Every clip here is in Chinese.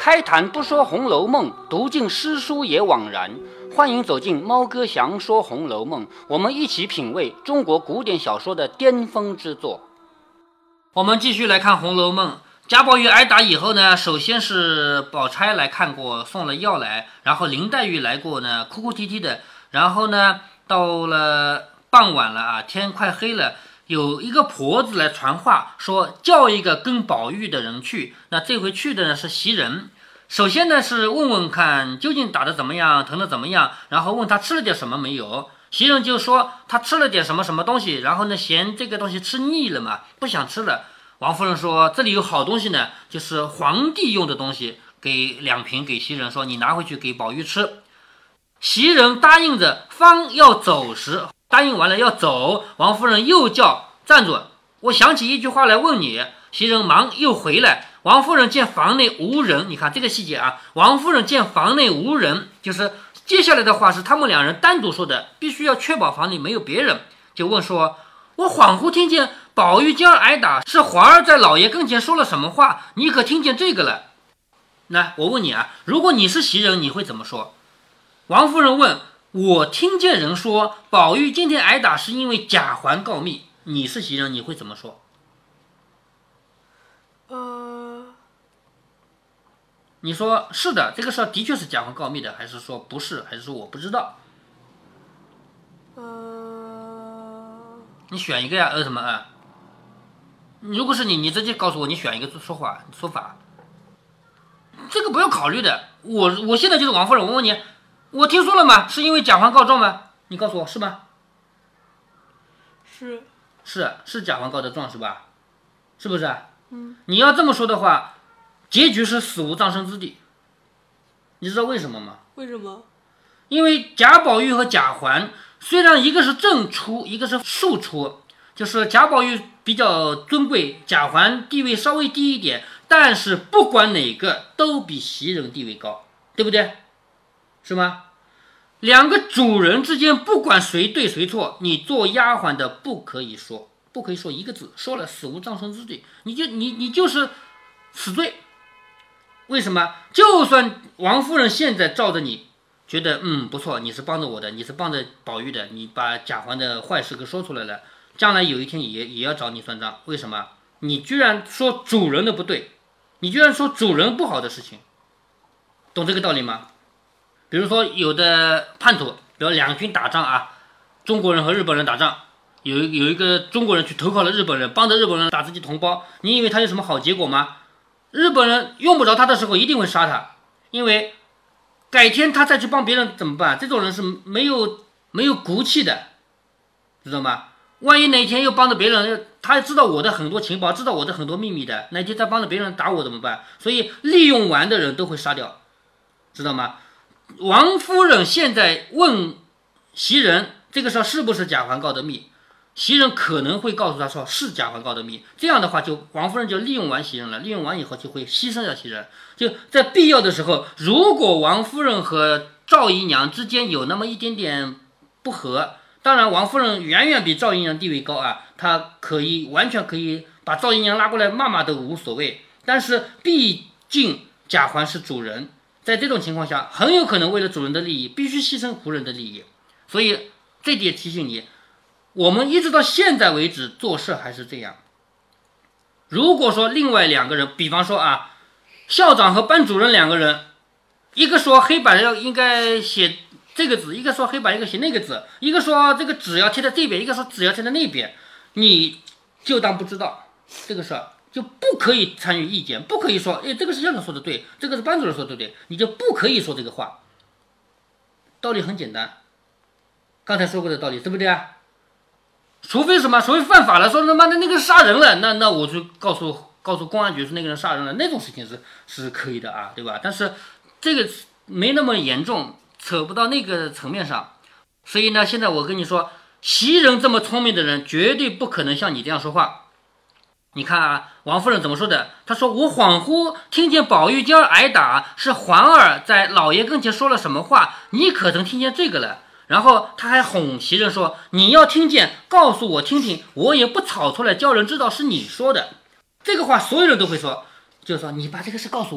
开坛不说《红楼梦》，读尽诗书也枉然。欢迎走进猫哥祥说《红楼梦》，我们一起品味中国古典小说的巅峰之作。 我们继续来看《红楼梦》。贾宝玉挨打以后呢，首先是宝钗来看过，送了药来，然后林黛玉来过呢，哭哭啼啼的。然后呢，到了傍晚了啊，天快黑了，有一个婆子来传话，说叫一个跟宝玉的人去。那这回去的呢是袭人。首先呢是问问看究竟打得怎么样，疼得怎么样，然后问他吃了点什么没有。袭人就说他吃了点什么什么东西，然后呢嫌这个东西吃腻了嘛，不想吃了。王夫人说这里有好东西呢，就是皇帝用的东西，给2瓶给袭人，说你拿回去给宝玉吃。袭人答应着，方要走时，答应完了要走，王夫人又叫站住，我想起一句话来问你。袭人忙又回来，王夫人见房内无人，你看这个细节啊，王夫人见房内无人，就是接下来的话是他们2人单独说的，必须要确保房里没有别人。就问说，我恍惚听见宝玉今儿挨打，是皇儿在老爷跟前说了什么话？你可听见这个了？那我问你啊，如果你是袭人，你会怎么说？王夫人问，我听见人说宝玉今天挨打是因为贾环告密，你是袭人，你会怎么说？你说是的，这个事的确是贾环告密的，还是说不是，还是说我不知道？你选一个呀，什么啊？如果是你直接告诉我，你选一个说法。这个不用考虑的。我现在就是王夫人，我问你，我听说了吗？是因为贾环告状吗？你告诉我是吗？是贾环告的状是吧？是不是？你要这么说的话，结局是死无葬身之地。你知道为什么吗？ 为什么？ 因为贾宝玉和贾环虽然一个是正出，一个是庶出，就是贾宝玉比较尊贵，贾环地位稍微低一点，但是不管哪个都比袭人地位高，对不对？是吗？2个主人之间不管谁对谁错，你做丫鬟的不可以说一个字，说了死无葬身之地，你就是死罪。为什么？就算王夫人现在照着你觉得不错，你是帮着我的，你是帮着宝玉的，你把贾环的坏事给说出来了，将来有一天也要找你算账。为什么？你居然说主人的不对，你居然说主人不好的事情，懂这个道理吗？比如说有的叛徒，比如2军打仗啊，中国人和日本人打仗，有一个中国人去投靠了日本人，帮着日本人打自己同胞，你以为他有什么好结果吗？日本人用不着他的时候一定会杀他，因为改天他再去帮别人怎么办？这种人是没有骨气的，知道吗？万一哪天又帮着别人，他知道我的很多情报，知道我的很多秘密的，哪天再帮着别人打我怎么办？所以利用完的人都会杀掉，知道吗？王夫人现在问袭人这个事儿是不是贾环告的密，袭人可能会告诉他说是贾环告的密，这样的话王夫人就利用完袭人了，利用完以后就会牺牲掉袭人。就在必要的时候，如果王夫人和赵姨娘之间有那么一点点不和，当然王夫人远远比赵姨娘地位高啊，她完全可以把赵姨娘拉过来骂都无所谓，但是毕竟贾环是主人，在这种情况下很有可能为了主人的利益必须牺牲仆人的利益。所以这点提醒你，我们一直到现在为止做事还是这样。如果说另外2个人，比方说啊，校长和班主任2个人，一个说黑板应该写这个字，一个说黑板应该写那个字，一个说这个纸要贴在这边，一个说纸要贴在那边，你就当不知道这个事儿，就不可以参与意见，不可以说这个是校长说的对，这个是班主任说的对，你就不可以说这个话。道理很简单，刚才说过的道理，对不对啊？除非什么？除非犯法了，说他妈的那个杀人了，那我就告诉公安局说那个人杀人了，那种事情是可以的啊，对吧？但是这个没那么严重，扯不到那个层面上。所以呢，现在我跟你说，袭人这么聪明的人绝对不可能像你这样说话。你看啊，王夫人怎么说的？她说我恍惚听见宝玉今儿挨打，是环儿在老爷跟前说了什么话，你可曾听见这个了？然后他还哄袭人说，你要听见告诉我听听，我也不吵出来叫人知道是你说的。这个话所有人都会说，就是说你把这个事告诉我，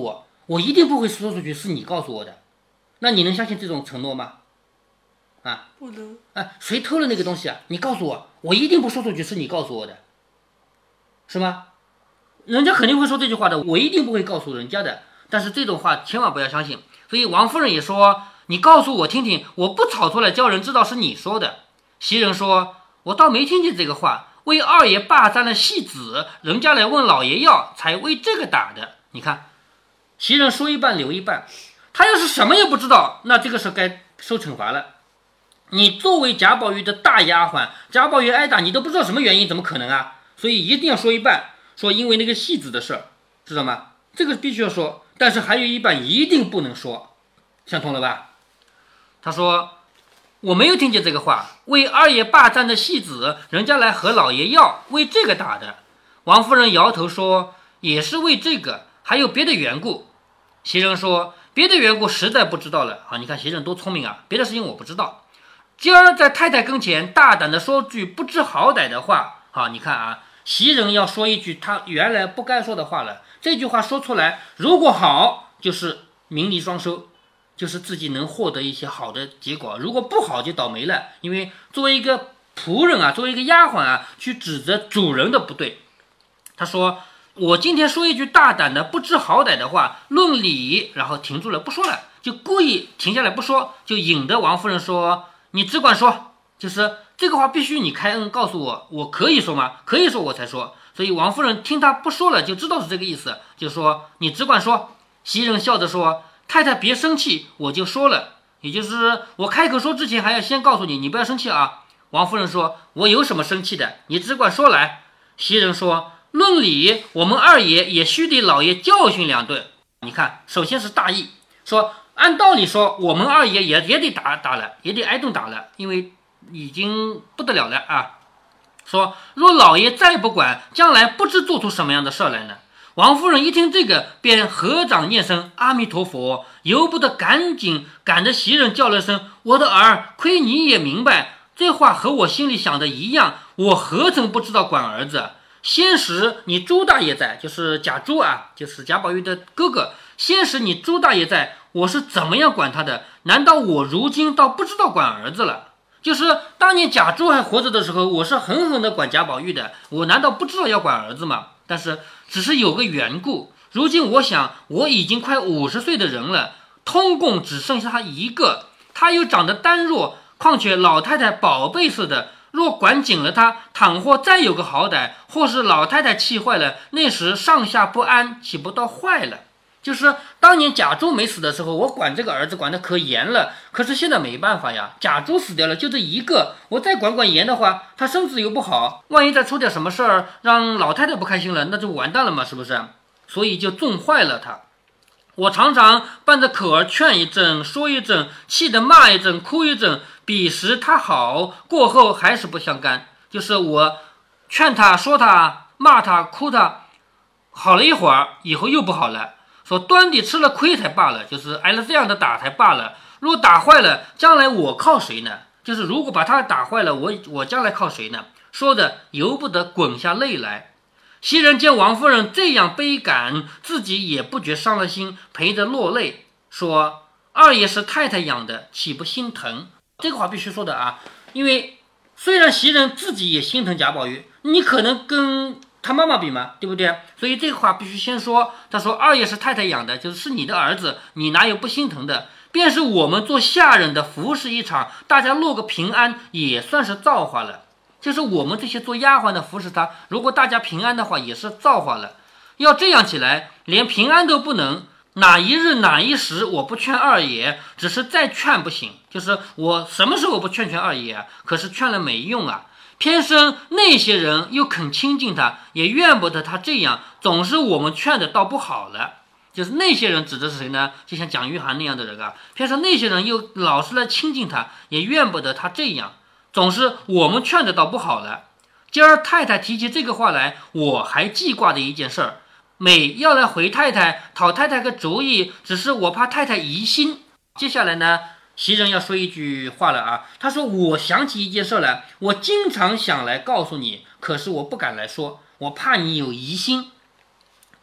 我一定不会说出去，是你告诉我的。那你能相信这种承诺吗？啊， 不能。 谁偷了那个东西啊？你告诉我，我一定不说出去，是你告诉我的，是吗？人家肯定会说这句话的，我一定不会告诉人家的。但是这种话千万不要相信。所以王夫人也说，你告诉我听听，我不吵出来叫人知道是你说的。袭人说，我倒没听见这个话，为二爷霸占了戏子，人家来问老爷要，才为这个打的。你看，袭人说一半留一半，他要是什么也不知道，那这个是该受惩罚了。你作为贾宝玉的大丫鬟，贾宝玉挨打你都不知道什么原因，怎么可能啊？所以一定要说一半，说因为那个戏子的事儿，知道吗？这个必须要说，但是还有一半一定不能说，想通了吧？他说我没有听见这个话，为二爷霸占的戏子，人家来和老爷要，为这个打的。王夫人摇头说，也是为这个，还有别的缘故。袭人说，别的缘故实在不知道了啊！你看袭人多聪明啊，别的事情我不知道。今儿在太太跟前大胆的说句不知好歹的话，好，你看啊，袭人要说一句他原来不该说的话了。这句话说出来，如果好，就是名利双收，就是自己能获得一些好的结果；如果不好，就倒霉了。因为作为一个仆人啊，作为一个丫鬟啊，去指责主人的不对。他说，我今天说一句大胆的不知好歹的话，论理，然后停住了不说了，就故意停下来不说，就引得王夫人说，你只管说，就是这个话必须你开恩告诉我，我可以说吗？可以说我才说。所以王夫人听他不说了，就知道是这个意思，就说你只管说。袭人笑着说，太太别生气，我就说了，也就是我开口说之前还要先告诉你，你不要生气啊。王夫人说，我有什么生气的，你只管说来。袭人说，论理，我们二爷也须得老爷教训2顿。你看，首先是大义，说按道理说，我们二爷也得打了，也得挨顿打了，因为已经不得了了啊。说若老爷再不管，将来不知做出什么样的事来呢？王夫人一听这个，便合掌念声阿弥陀佛，由不得赶紧赶着袭人叫了声，我的儿，亏你也明白，这话和我心里想的一样，我何曾不知道管儿子？先时你朱大爷在，就是贾珠啊，就是贾宝玉的哥哥，先时你朱大爷在，我是怎么样管他的？难道我如今倒不知道管儿子了？就是当年贾珠还活着的时候，我是狠狠的管贾宝玉的，我难道不知道要管儿子吗？但是只是有个缘故，如今我想我已经快50岁的人了，通共只剩下他一个，他又长得单弱，况且老太太宝贝似的，若管紧了他，倘或再有个好歹，或是老太太气坏了，那时上下不安，岂不到坏了？就是当年贾珠没死的时候，我管这个儿子管得可严了，可是现在没办法呀，贾珠死掉了，就这一个，我再管严的话，他身子又不好，万一再出点什么事儿，让老太太不开心了，那就完蛋了嘛，是不是？所以就纵坏了他。我常常伴着口儿劝一阵，说一阵，气得骂一阵，哭一阵，彼时他好，过后还是不相干。就是我劝他、说他、骂他、哭他，好了一会儿，以后又不好了。说端地吃了亏才罢了，就是挨了这样的打才罢了。若打坏了，将来我靠谁呢？就是如果把他打坏了，我将来靠谁呢？说的由不得滚下泪来。袭人见王夫人这样悲感，自己也不觉伤了心，陪着落泪，说二爷是太太养的，岂不心疼？这个话必须说的啊，因为虽然袭人自己也心疼贾宝玉，你可能跟他妈妈比嘛，对不对？所以这个话必须先说。他说二爷是太太养的，就是你的儿子，你哪有不心疼的？便是我们做下人的服侍一场，大家落个平安，也算是造化了。就是我们这些做丫鬟的服侍他，如果大家平安的话，也是造化了。要这样起来，连平安都不能，哪一日哪一时我不劝二爷，只是再劝不行。就是我什么时候不劝二爷啊？可是劝了没用啊。偏生那些人又肯亲近他，也怨不得他这样，总是我们劝的倒不好了。就是那些人指的是谁呢？就像蒋玉菡那样的人啊，偏生那些人又老是来亲近他，也怨不得他这样，总是我们劝的倒不好了。今儿太太提起这个话来，我还记挂的一件事儿，每要来回太太讨太太个主意，只是我怕太太疑心。接下来呢，袭人要说一句话了啊，他说我想起一件事来，我经常想来告诉你，可是我不敢来说，我怕你有疑心。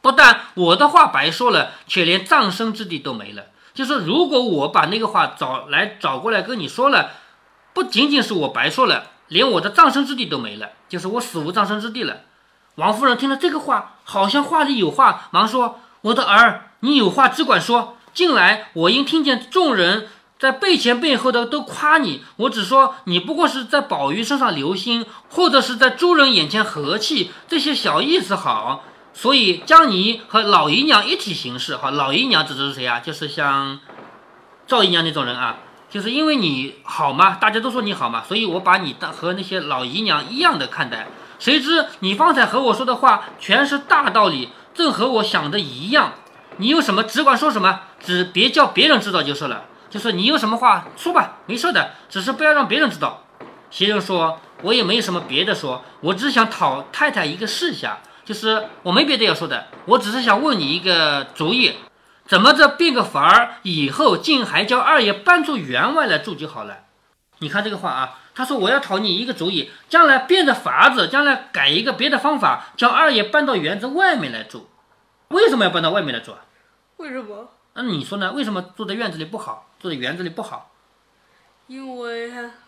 不但我的话白说了，却连葬身之地都没了。就是如果我把那个话找过来跟你说了，不仅仅是我白说了，连我的葬身之地都没了，就是我死无葬身之地了。王夫人听了这个话，好像话里有话，忙说：我的儿，你有话只管说。近来我因听见众人在背前背后的都夸你，我只说你不过是在宝玉身上留心，或者是在诸人眼前和气，这些小意思好，所以将你和老姨娘一体行事。好，老姨娘指的是谁啊？就是像赵姨娘那种人啊，就是因为你好嘛，大家都说你好嘛，所以我把你和那些老姨娘一样的看待。谁知你方才和我说的话全是大道理，正和我想的一样。你有什么只管说什么，只别叫别人知道就是了。就是你有什么话说吧，没事的，只是不要让别人知道。袭人说：我也没什么别的说，我只想讨太太一个示下，就是我没别的要说的，我只是想问你一个主意，怎么着变个法儿，以后竟还叫二爷搬出园外来住就好了。你看这个话啊，他说我要讨你一个主意，将来变着法子，将来改一个别的方法，叫二爷搬到园子外面来住。为什么要搬到外面来住啊？ 为什么？ 那你说呢？为什么住在院子里不好，住在园子里不好？ 因为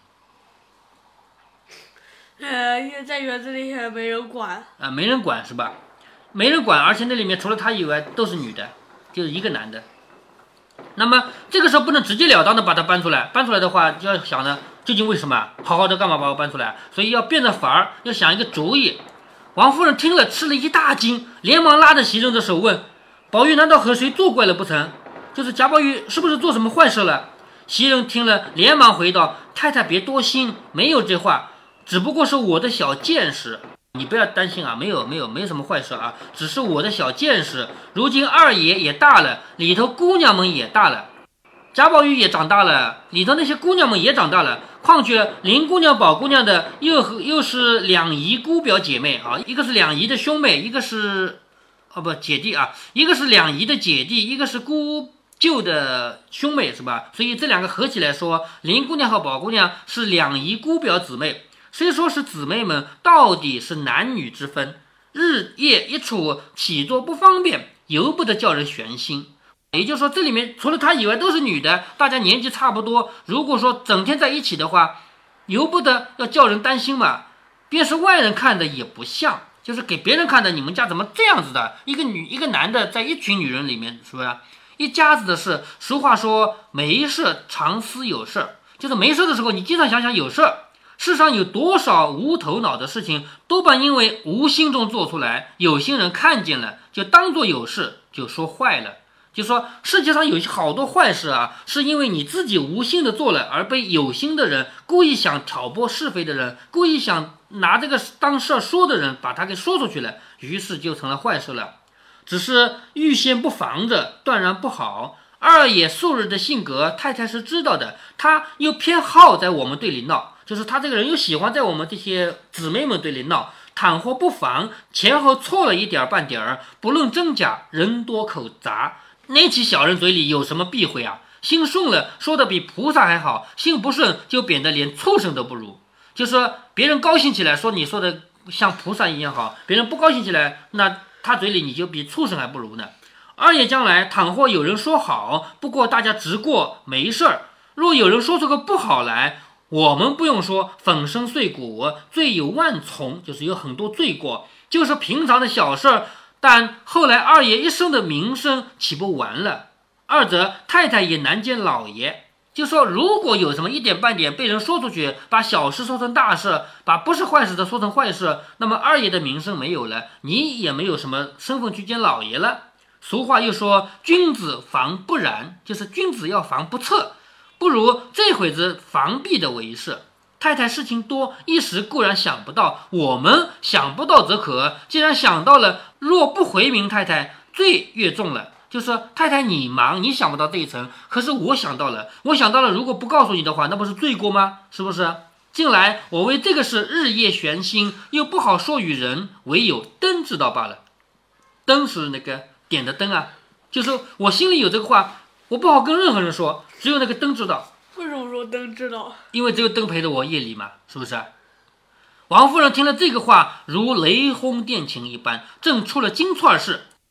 在园子里还没人管啊，没人管是吧？没人管，而且那里面除了他以外都是女的，就是一个男的。那么这个时候不能直截了当的把他搬出来，搬出来的话就要想呢，究竟为什么？好好的干嘛把我搬出来？所以要变着法儿，要想一个主意。王夫人听了吃了一大惊，连忙拉着袭人的手问：宝玉难道和谁作怪了不成？就是贾宝玉是不是做什么坏事了？袭人听了连忙回道：太太别多心，没有这话，只不过是我的小见识，你不要担心啊，没有什么坏事啊，只是我的小见识。如今二爷也大了，里头姑娘们也大了，贾宝玉也长大了，里头那些姑娘们也长大了，况且林姑娘、宝姑娘的又是两姨姑表姐妹啊，一个是两姨的兄妹，一个是姐弟啊，一个是两姨的姐弟，一个是姑舅的兄妹，是吧？所以这两个合起来说，林姑娘和宝姑娘是两姨姑表姊妹。虽说是姊妹们，到底是男女之分，日夜一处，起坐不方便，由不得叫人悬心。也就是说，这里面除了她以外都是女的，大家年纪差不多，如果说整天在一起的话，由不得要叫人担心嘛。便是外人看的也不像，就是给别人看的，你们家怎么这样子的？一个男的在一群女人里面，是不是一家子的事？俗话说没事常思有事，就是没事的时候你经常想想有事。世上有多少无头脑的事情，多半因为无心中做出来，有心人看见了就当作有事，就说坏了。就说世界上有好多坏事啊，是因为你自己无心的做了，而被有心的人，故意想挑拨是非的人，故意想拿这个当事说的人把他给说出去了，于是就成了坏事了。只是预先不防着，断然不好。二爷素日的性格，太太是知道的，他又偏好在我们队里闹，就是他这个人又喜欢在我们这些姊妹们队里闹。倘或不防，前后错了一点半点儿，不论真假，人多口杂，那起小人嘴里有什么避讳啊？心顺了，说的比菩萨还好；心不顺，就贬得连畜生都不如。就说别人高兴起来，说你说的像菩萨一样好；别人不高兴起来，那他嘴里你就比畜生还不如呢。二爷将来倘或有人说好，不过大家直过没事儿；若有人说出个不好来，我们不用说粉身碎骨，罪有万重，就是有很多罪过，就是平常的小事儿。但后来二爷一生的名声岂不完了？二则太太也难见老爷，就说如果有什么一点半点被人说出去，把小事说成大事，把不是坏事的说成坏事，那么二爷的名声没有了，你也没有什么身份去见老爷了。俗话又说君子防不然，就是君子要防不测，不如这会子防避的为是。太太事情多，一时固然想不到，我们想不到则可，既然想到了，若不回明太太，罪越重了。就是说太太你忙，你想不到这一层，可是我想到了，如果不告诉你的话，那不是罪过吗？是不是？近来我为这个事日夜悬心，又不好说与人，唯有灯知道罢了。灯是那个点的灯啊，就是我心里有这个话，我不好跟任何人说，只有那个灯知道。 为什么说灯知道？ 因为只有灯陪着我夜里嘛，是不是？王夫人听了这个话，如雷轰电晴一般，正出了金钏事，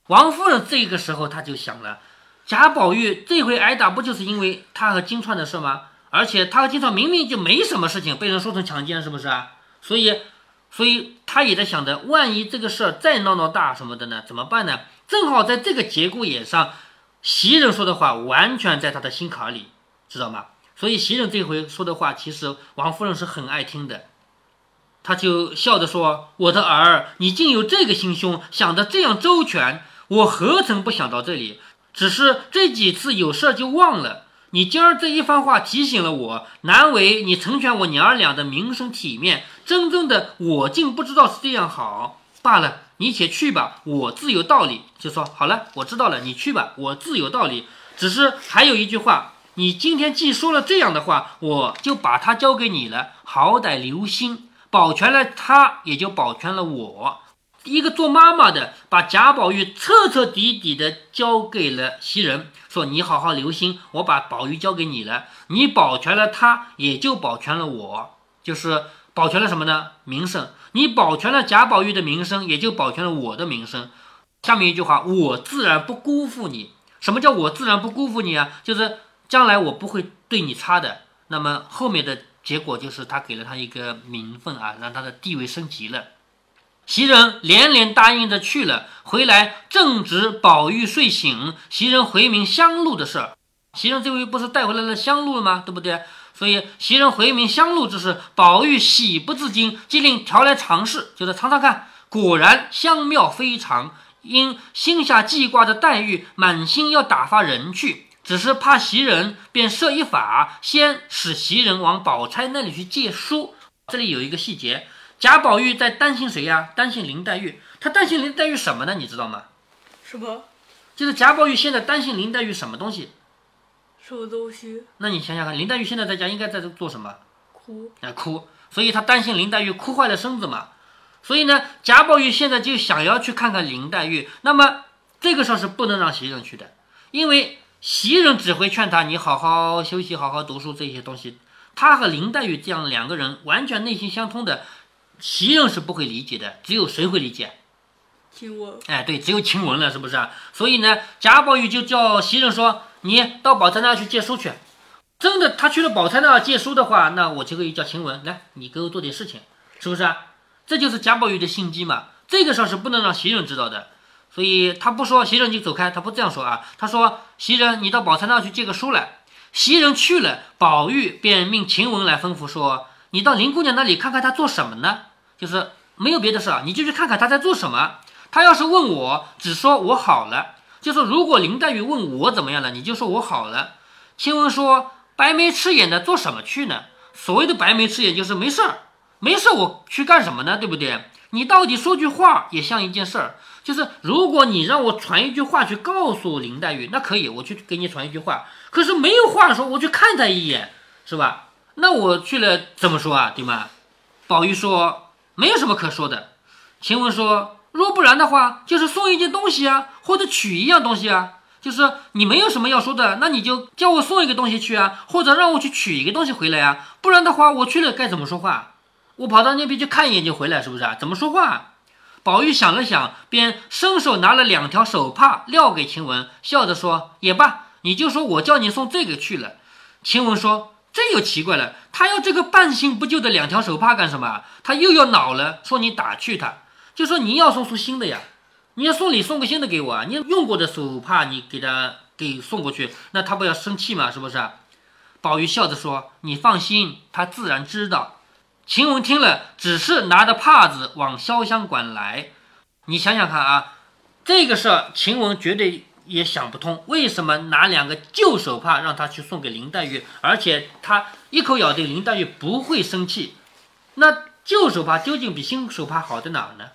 王夫人这个时候他就想了，贾宝玉这回挨打不就是因为他和金钏的事吗？而且他和金钏明明就没什么事情，被人说成强奸，是不是啊？所以他也在想着，万一这个事儿再闹闹大什么的呢，怎么办呢？正好在这个节骨眼上，袭人说的话完全在他的心坎里，知道吗？所以袭人这回说的话，其实王夫人是很爱听的。他就笑着说：“我的儿，你竟有这个心胸，想得这样周全，我何曾不想到这里？只是这几次有事就忘了。你今儿这一番话提醒了我，难为你成全我娘儿俩的名声体面，真正的我竟不知道是这样好。罢了，你且去吧，我自有道理。”就说好了，我知道了，你去吧，我自有道理。只是还有一句话，你今天既说了这样的话，我就把它交给你了，好歹留心，保全了他，也就保全了我。一个做妈妈的把贾宝玉彻彻底底的交给了袭人，说你好好留心，我把宝玉交给你了，你保全了他，也就保全了我。就是保全了什么呢？名声。你保全了贾宝玉的名声，也就保全了我的名声。下面一句话，我自然不辜负你。什么叫我自然不辜负你啊？就是将来我不会对你差的。那么后面的结果就是他给了他一个名分啊，让他的地位升级了。袭人连连答应着去了，回来正值宝玉睡醒，袭人回明香露的事儿。袭人这回不是带回来了香露了吗？对不对？所以袭人回明香露之事，宝玉喜不自禁，即令调来尝试，就是尝尝看，果然香妙非常。因心下记挂着黛玉，满心要打发人去，只是怕袭人，便设一法，先使袭人往宝钗那里去借书。这里有一个细节，贾宝玉在担心谁呀？担心林黛玉。他担心林黛玉什么呢？你知道吗？ 什么？ 就是贾宝玉现在担心林黛玉什么东西？ 什么东西？ 那你想想看，林黛玉现在在家应该在做什么？ 哭。 哭。所以他担心林黛玉哭坏了身子嘛。所以呢，贾宝玉现在就想要去看看林黛玉。那么这个事儿是不能让袭人去的，因为袭人只会劝他，你好好休息，好好读书这些东西。他和林黛玉这样两个人完全内心相通的，袭人是不会理解的，只有谁会理解？ 晴雯。 对，只有晴雯了，是不是？所以呢，贾宝玉就叫袭人说，你到宝钗那去借书去。真的他去了宝钗那借书的话，那我就可以叫晴雯来，你给我做点事情，是不是啊？这就是贾宝玉的心机嘛。这个事儿是不能让袭人知道的，所以他不说袭人就走开，他不这样说啊。他说袭人，你到宝钗那去借个书来。袭人去了，宝玉便命晴雯来吩咐说，你到林姑娘那里看看她做什么呢？就是没有别的事啊，你就去看看她在做什么。她要是问我，只说我好了。就是如果林黛玉问我怎么样了，你就说我好了。晴雯说，白眉赤眼的做什么去呢？所谓的白眉赤眼就是没事儿，没事我去干什么呢？对不对？你到底说句话也像一件事儿。就是如果你让我传一句话去告诉林黛玉，那可以，我去给你传一句话。可是没有话说，我去看她一眼，是吧？那我去了怎么说啊？对吗？宝玉说没有什么可说的。晴雯说，若不然的话，就是送一件东西啊，或者取一样东西啊。就是你没有什么要说的，那你就叫我送一个东西去啊，或者让我去取一个东西回来啊。不然的话，我去了该怎么说话？我跑到那边去看一眼就回来，是不是啊？怎么说话？宝玉想了想，便伸手拿了2条手帕撂给晴雯，笑着说，也罢，你就说我叫你送这个去了。晴雯说，这又奇怪了，他要这个半新不旧的2条手帕干什么？他又要恼了，说你打趣他，就说你要送出新的呀，你要送礼送个新的给我啊，你用过的手帕你给送过去，那他不要生气吗？是不是啊？宝玉笑着说，你放心，他自然知道。晴雯听了，只是拿着帕子往潇湘馆来。你想想看啊，这个事儿晴雯绝对也想不通，为什么拿2个旧手帕让他去送给林黛玉，而且他一口咬定林黛玉不会生气。那旧手帕究竟比新手帕好在哪儿呢？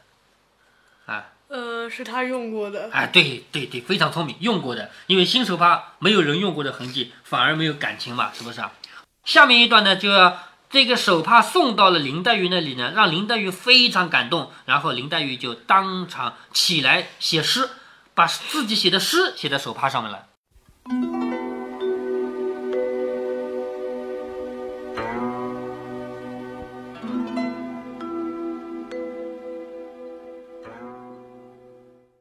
是他用过的。 对，非常聪明，用过的，因为新手帕没有人用过的痕迹，反而没有感情嘛，是不是啊？下面一段呢，就要这个手帕送到了林黛玉那里呢，让林黛玉非常感动，然后林黛玉就当场起来写诗，把自己写的诗写在手帕上面了。在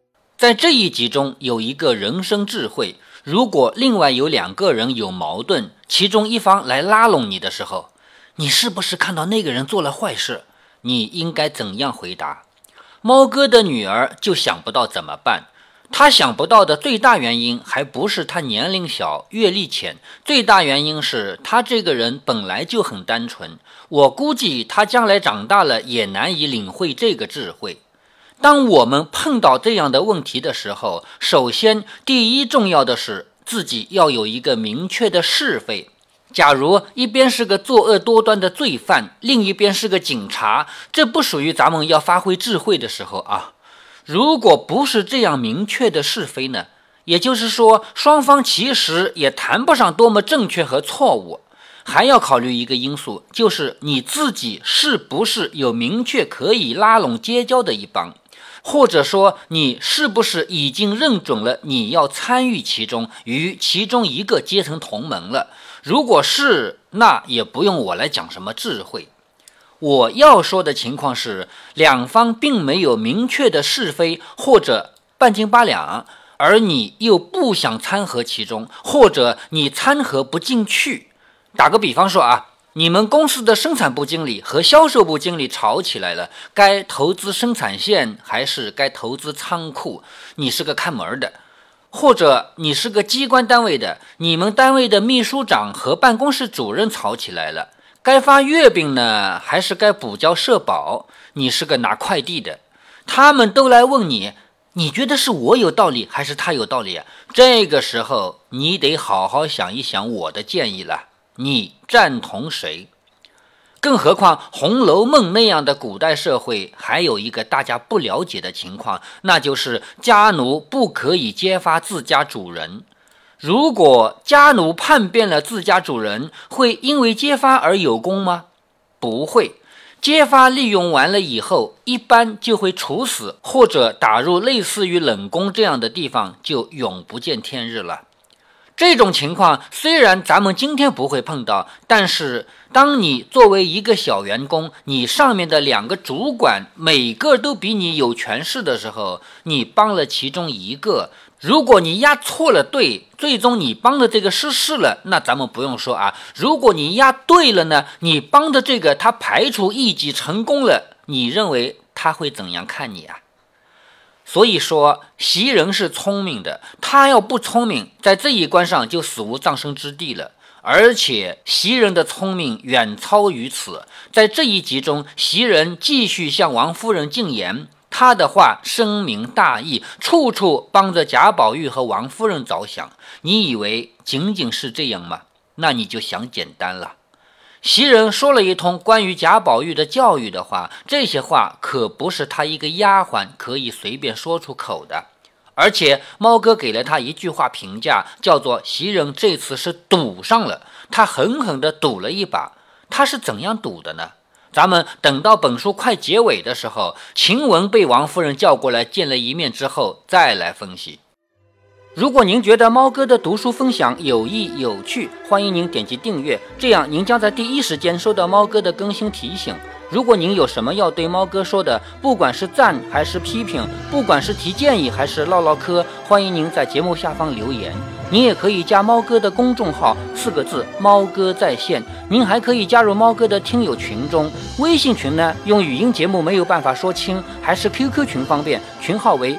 在这一集中有一个人生智慧，如果另外有2个人有矛盾，其中一方来拉拢你的时候，你是不是看到那个人做了坏事？你应该怎样回答？猫哥的女儿就想不到怎么办。他想不到的最大原因还不是他年龄小阅历浅，最大原因是他这个人本来就很单纯，我估计他将来长大了也难以领会这个智慧。当我们碰到这样的问题的时候，首先第一重要的是自己要有一个明确的是非。假如一边是个作恶多端的罪犯，另一边是个警察，这不属于咱们要发挥智慧的时候啊。如果不是这样明确的是非呢，也就是说双方其实也谈不上多么正确和错误，还要考虑一个因素，就是你自己是不是有明确可以拉拢结交的一帮，或者说你是不是已经认准了你要参与其中，与其中一个结成同盟了。如果是，那也不用我来讲什么智慧。我要说的情况是，两方并没有明确的是非，或者半斤八两，而你又不想掺和其中，或者你掺和不进去。打个比方说啊，你们公司的生产部经理和销售部经理吵起来了，该投资生产线还是该投资仓库？你是个看门的。或者你是个机关单位的，你们单位的秘书长和办公室主任吵起来了，该发月饼呢，还是该补交社保？你是个拿快递的，他们都来问你，你觉得是我有道理还是他有道理啊？这个时候你得好好想一想我的建议了，你赞同谁？更何况《红楼梦》那样的古代社会还有一个大家不了解的情况，那就是家奴不可以揭发自家主人。如果家奴叛变了自家主人，会因为揭发而有功吗？不会。揭发利用完了以后，一般就会处死，或者打入类似于冷宫这样的地方，就永不见天日了。这种情况虽然咱们今天不会碰到，但是当你作为一个小员工，你上面的2个主管每个都比你有权势的时候，你帮了其中一个，如果你押错了队，最终你帮的这个失势了，那咱们不用说啊。如果你押对了呢，你帮的这个他排除异己成功了，你认为他会怎样看你啊？所以说袭人是聪明的，他要不聪明，在这一关上就死无葬身之地了。而且袭人的聪明远超于此，在这一集中，袭人继续向王夫人进言，他的话深明大义，处处帮着贾宝玉和王夫人着想。你以为仅仅是这样吗？那你就想简单了。袭人说了一通关于贾宝玉的教育的话，这些话可不是他一个丫鬟可以随便说出口的。而且猫哥给了他一句话评价，叫做袭人这次是赌上了，他狠狠地赌了一把。他是怎样赌的呢？咱们等到本书快结尾的时候，晴雯被王夫人叫过来见了一面之后再来分析。如果您觉得猫哥的读书分享有益有趣，欢迎您点击订阅，这样您将在第一时间收到猫哥的更新提醒。如果您有什么要对猫哥说的，不管是赞还是批评，不管是提建议还是唠唠嗑，欢迎您在节目下方留言。您也可以加猫哥的公众号，4个字，猫哥在线。您还可以加入猫哥的听友群中，微信群呢，用语音节目没有办法说清，还是 QQ 群方便，群号为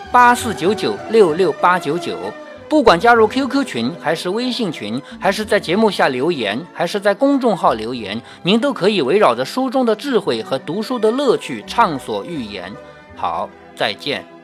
8499668899。不管加入 QQ 群还是微信群，还是在节目下留言，还是在公众号留言，您都可以围绕着书中的智慧和读书的乐趣畅所欲言。好，再见。